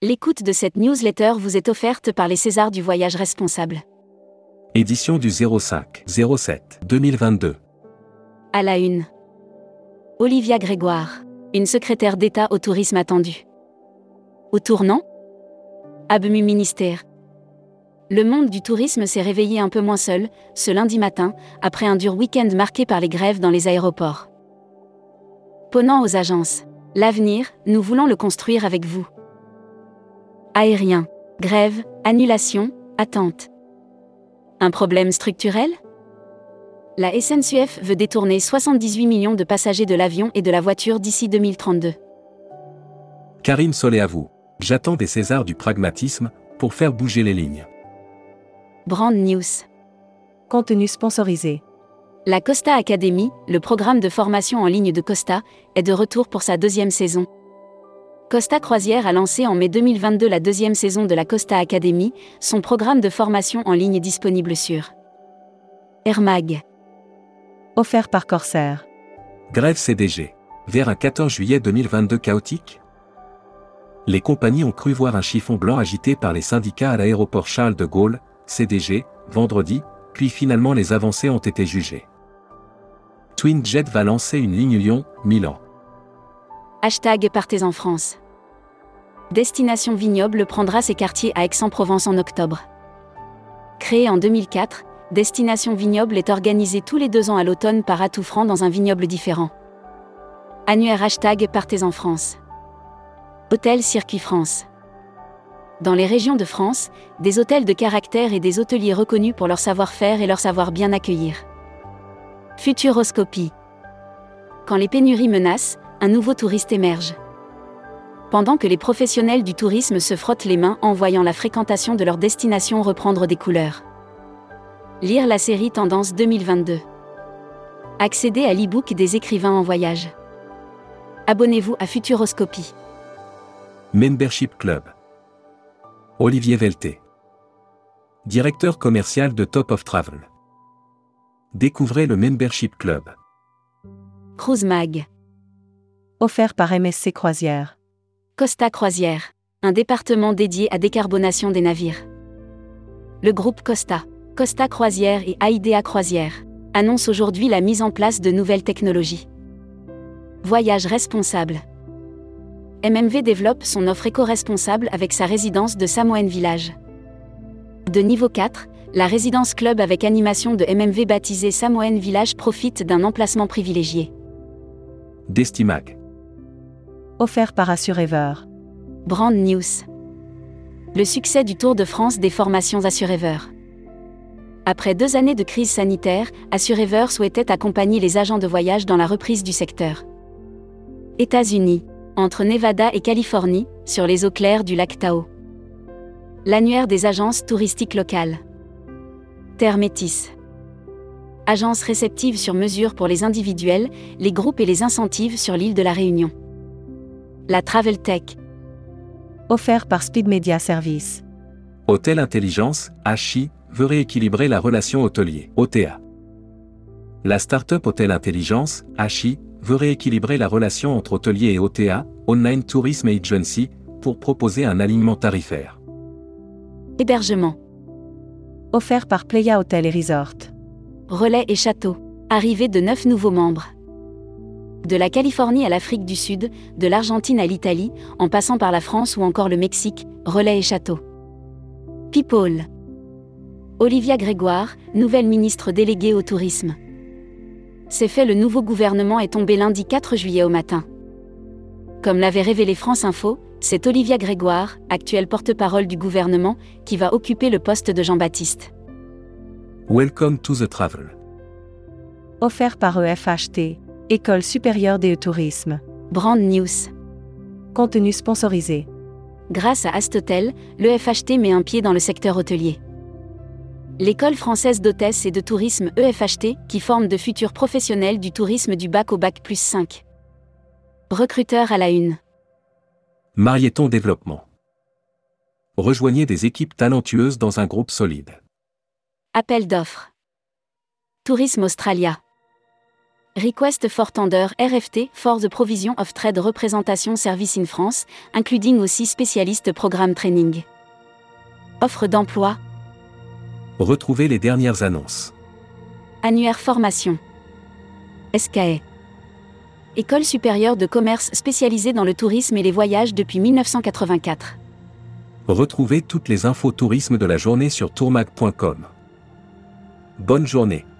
L'écoute de cette newsletter vous est offerte par les Césars du voyage responsable. Édition du 05-07-2022. À la une. Olivia Grégoire, une secrétaire d'État au tourisme attendue. Au tournant ? Abemu ministère. Le monde du tourisme s'est réveillé un peu moins seul, ce lundi matin, après un dur week-end marqué par les grèves dans les aéroports. Ponant aux agences. L'avenir, nous voulons le construire avec vous. Aérien. Grève, annulation, attente. Un problème structurel ? La SNCF veut détourner 78 millions de passagers de l'avion et de la voiture d'ici 2032. Karim Solehavou. J'attends des Césars du pragmatisme pour faire bouger les lignes. Brand News. Contenu sponsorisé. La Costa Academy, le programme de formation en ligne de Costa, est de retour pour sa deuxième saison. Costa Croisière a lancé en mai 2022 la deuxième saison de la Costa Academy, son programme de formation en ligne disponible sur Air Mag. Offert par Corsair. Grève CDG. Vers un 14 juillet 2022 chaotique ? Les compagnies ont cru voir un chiffon blanc agité par les syndicats à l'aéroport Charles de Gaulle, CDG, vendredi, puis finalement les avancées ont été jugées. TwinJet va lancer une ligne Lyon-Milan. #Partez en France. Destination Vignoble prendra ses quartiers à Aix-en-Provence en octobre. Créée en 2004, Destination Vignoble est organisée tous les 2 ans à l'automne par atout franc dans un vignoble différent. Annuaire #Partez en France. Hôtel Circuit France. Dans les régions de France, des hôtels de caractère et des hôteliers reconnus pour leur savoir-faire et leur savoir bien accueillir. Futuroscopie. Quand les pénuries menacent, un nouveau touriste émerge. Pendant que les professionnels du tourisme se frottent les mains en voyant la fréquentation de leur destination reprendre des couleurs. Lire la série Tendance 2022. Accéder à l'e-book des écrivains en voyage. Abonnez-vous à Futuroscopie. Membership Club. Olivier Velté. Directeur commercial de Top of Travel. Découvrez le Membership Club. Cruise Mag. Offert par MSC Croisière. Costa Croisière, un département dédié à décarbonation des navires. Le groupe Costa, Costa Croisière et Aidea Croisière annoncent aujourd'hui la mise en place de nouvelles technologies. Voyage responsable. MMV développe son offre éco-responsable avec sa résidence de Samoën Village. De niveau 4, la résidence club avec animation de MMV baptisée Samoën Village profite d'un emplacement privilégié. Destimag. Offert par Assurever. Brand News. Le succès du Tour de France des formations Assurever. Après 2 années de crise sanitaire, Assurever souhaitait accompagner les agents de voyage dans la reprise du secteur. États-Unis. Entre Nevada et Californie, sur les eaux claires du lac Tahoe. L'annuaire des agences touristiques locales. Terre Métis. Agence réceptive sur mesure pour les individuels, les groupes et les incentives sur l'île de la Réunion. La Travel Tech. Offert par Speed Media Service. Hôtel Intelligence, HI, veut rééquilibrer la relation hôtelier, OTA. La start-up Hôtel Intelligence, HI, veut rééquilibrer la relation entre hôteliers et OTA, Online Tourism Agency, pour proposer un alignement tarifaire. Hébergement. Offert par Playa Hotel et Resort. Relais et châteaux. Arrivée de 9 nouveaux membres. De la Californie à l'Afrique du Sud, de l'Argentine à l'Italie, en passant par la France ou encore le Mexique, relais et châteaux. People. Olivia Grégoire, nouvelle ministre déléguée au tourisme. C'est fait, le nouveau gouvernement est tombé lundi 4 juillet au matin. Comme l'avait révélé France Info, c'est Olivia Grégoire, actuelle porte-parole du gouvernement, qui va occuper le poste de Jean-Baptiste. Welcome to the travel. Offert par EFHT, École supérieure des tourisme. Brand News. Contenu sponsorisé. Grâce à Astotel, l'EFHT met un pied dans le secteur hôtelier. L'École française d'hôtesse et de tourisme EFHT, qui forme de futurs professionnels du tourisme du bac au bac+5. Recruteur à la une. Marieton Développement. Rejoignez des équipes talentueuses dans un groupe solide. Appel d'offres. Tourisme Australia. Request for Tender RFT for the Provision of Trade Representation Service in France, including aussi spécialiste programme training. Offre d'emploi. Retrouvez les dernières annonces. Annuaire formation. SKE. École supérieure de commerce spécialisée dans le tourisme et les voyages depuis 1984. Retrouvez toutes les infos tourisme de la journée sur tourmag.com. Bonne journée.